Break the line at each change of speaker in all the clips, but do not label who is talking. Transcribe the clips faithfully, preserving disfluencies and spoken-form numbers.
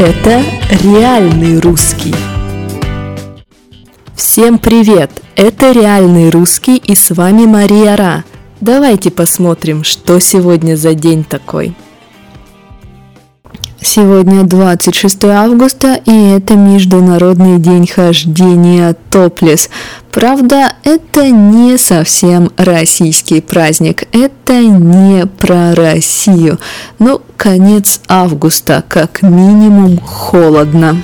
Это реальный русский. Всем привет! Это реальный русский, и с вами Мария Ра. Давайте посмотрим, что сегодня за день такой. Сегодня двадцать шестое августа, и это Международный день хождения топлес. Правда, это не совсем российский праздник, это не про Россию. Ну, конец августа, как минимум холодно.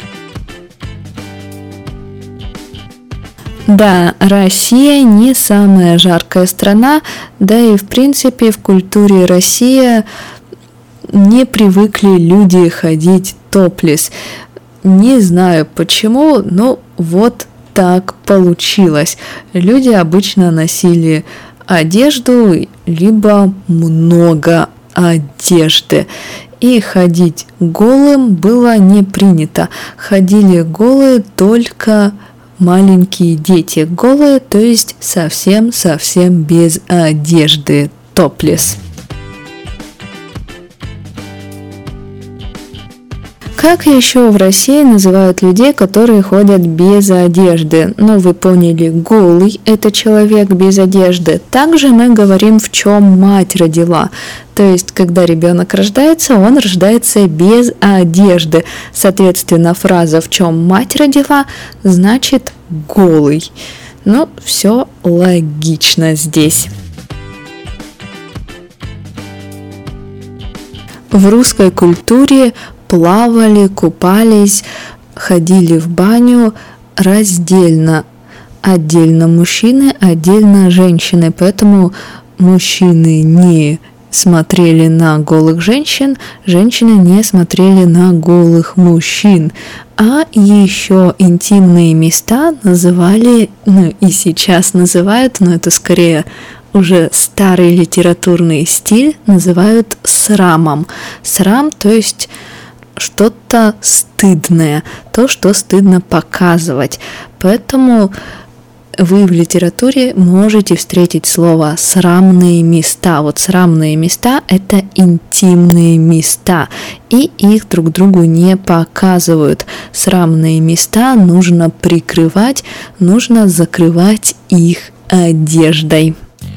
Да, Россия не самая жаркая страна, да и в принципе в культуре России не привыкли люди ходить топлес. Не знаю почему, но вот так получилось. Люди обычно носили одежду, либо много одежды. И ходить голым было не принято. Ходили голые только маленькие дети. Голые, то есть совсем-совсем без одежды. Топлес. Как еще в России называют людей, которые ходят без одежды? Ну, вы поняли, голый – это человек без одежды. Также мы говорим, в чем мать родила. То есть, когда ребенок рождается, он рождается без одежды. Соответственно, фраза «в чем мать родила» значит «голый». Ну, все логично здесь. В русской культуре плавали, купались, ходили в баню раздельно. Отдельно мужчины, отдельно женщины. Поэтому мужчины не смотрели на голых женщин, женщины не смотрели на голых мужчин. А еще интимные места называли, ну и сейчас называют, но это скорее уже старый литературный стиль, называют срамом. Срам, то есть что-то стыдное, то, что стыдно показывать. Поэтому вы в литературе можете встретить слово «срамные места». Вот срамные места – это интимные места, и их друг другу не показывают. Срамные места нужно прикрывать, нужно закрывать их одеждой.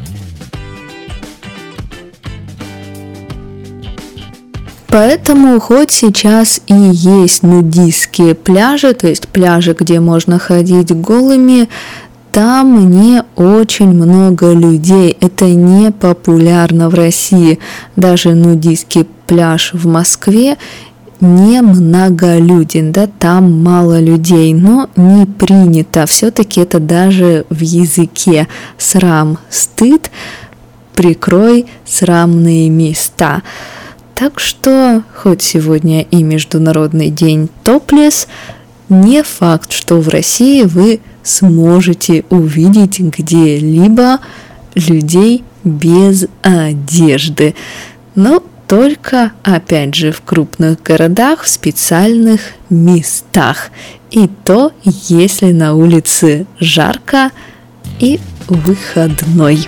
Поэтому хоть сейчас и есть нудистские пляжи, то есть пляжи, где можно ходить голыми, там не очень много людей, это не популярно в России. Даже нудистский пляж в Москве не многолюден, да, там мало людей, но не принято. Все-таки это даже в языке срам, стыд, прикрой срамные места. Так что, хоть сегодня и Международный день топлес, не факт, что в России вы сможете увидеть где-либо людей без одежды. Но только, опять же, в крупных городах, в специальных местах. И то, если на улице жарко и выходной.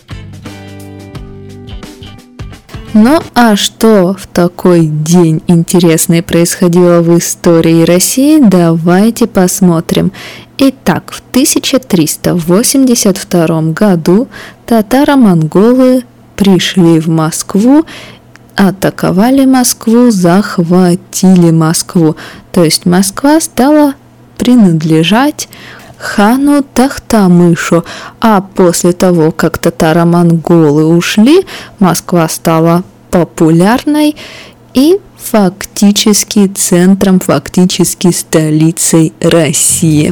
Ну а что в такой день интересное происходило в истории России, давайте посмотрим. Итак, в тысяча триста восемьдесят втором году татаро-монголы пришли в Москву, атаковали Москву, захватили Москву. То есть Москва стала принадлежать хану Тохтамышу, а после того, как татаро-монголы ушли, Москва стала популярной и фактически центром, фактически столицей России.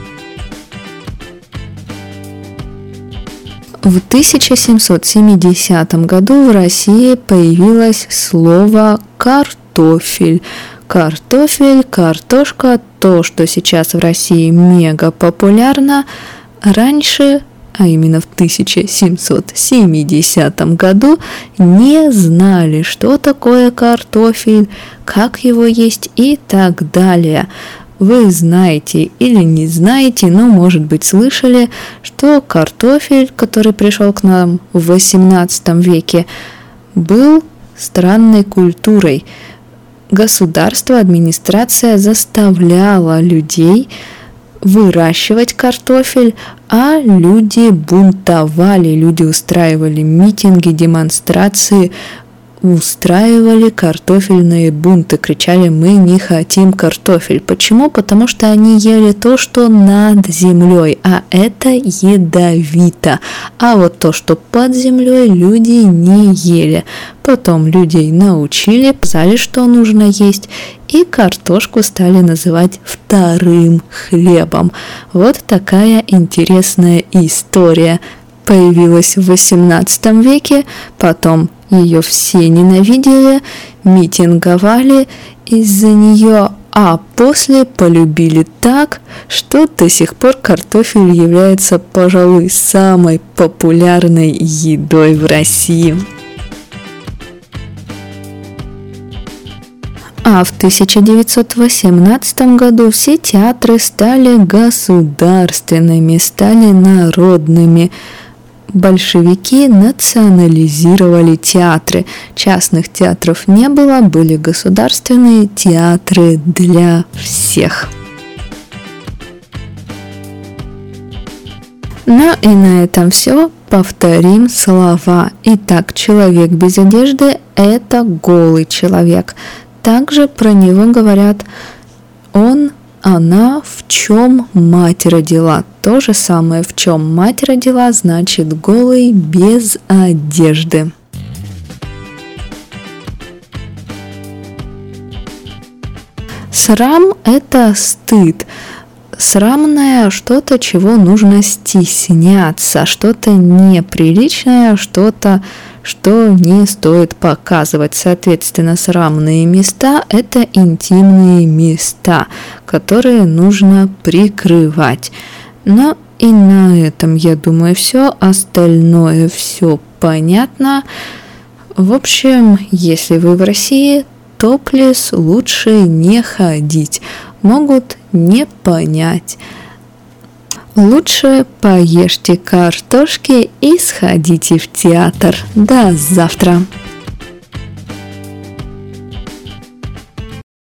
В тысяча семьсот семидесятом году в России появилось слово «картофель». Картофель, картошка, то, что сейчас в России мега популярно, раньше, а именно в тысяча семьсот семидесятом году, не знали, что такое картофель, как его есть и так далее. Вы знаете или не знаете, но, может быть, слышали, что картофель, который пришел к нам в восемнадцатом веке, был странной культурой. государство, администрация заставляла людей выращивать картофель, а люди бунтовали, люди устраивали митинги, демонстрации, устраивали картофельные бунты, кричали: «Мы не хотим картофель». Почему? Потому что они ели то, что над землей, а это ядовито. А вот то, что под землей, люди не ели. Потом людей научили, сказали, что нужно есть, и картошку стали называть вторым хлебом. Вот такая интересная история. Появилась в восемнадцатом веке, потом ее все ненавидели, митинговали из-за нее, а после полюбили так, что до сих пор картофель является, пожалуй, самой популярной едой в России. А в тысяча девятьсот восемнадцатом году все театры стали государственными, стали народными. Большевики национализировали театры. Частных театров не было, были государственные театры для всех. Ну и на этом все. Повторим слова. Итак, человек без одежды – это голый человек. Также про него говорят: он, она, в чем мать родила. То же самое, в чем мать родила, значит голый, без одежды. Срам – это стыд. Срамное – что-то, чего нужно стесняться, что-то неприличное, что-то, что не стоит показывать. Соответственно, срамные места – это интимные места, которые нужно прикрывать. Ну и на этом, я думаю, все. Остальное все понятно. В общем, если вы в России, топлес лучше не ходить. Могут не понять. Лучше поешьте картошки и сходите в театр. До завтра!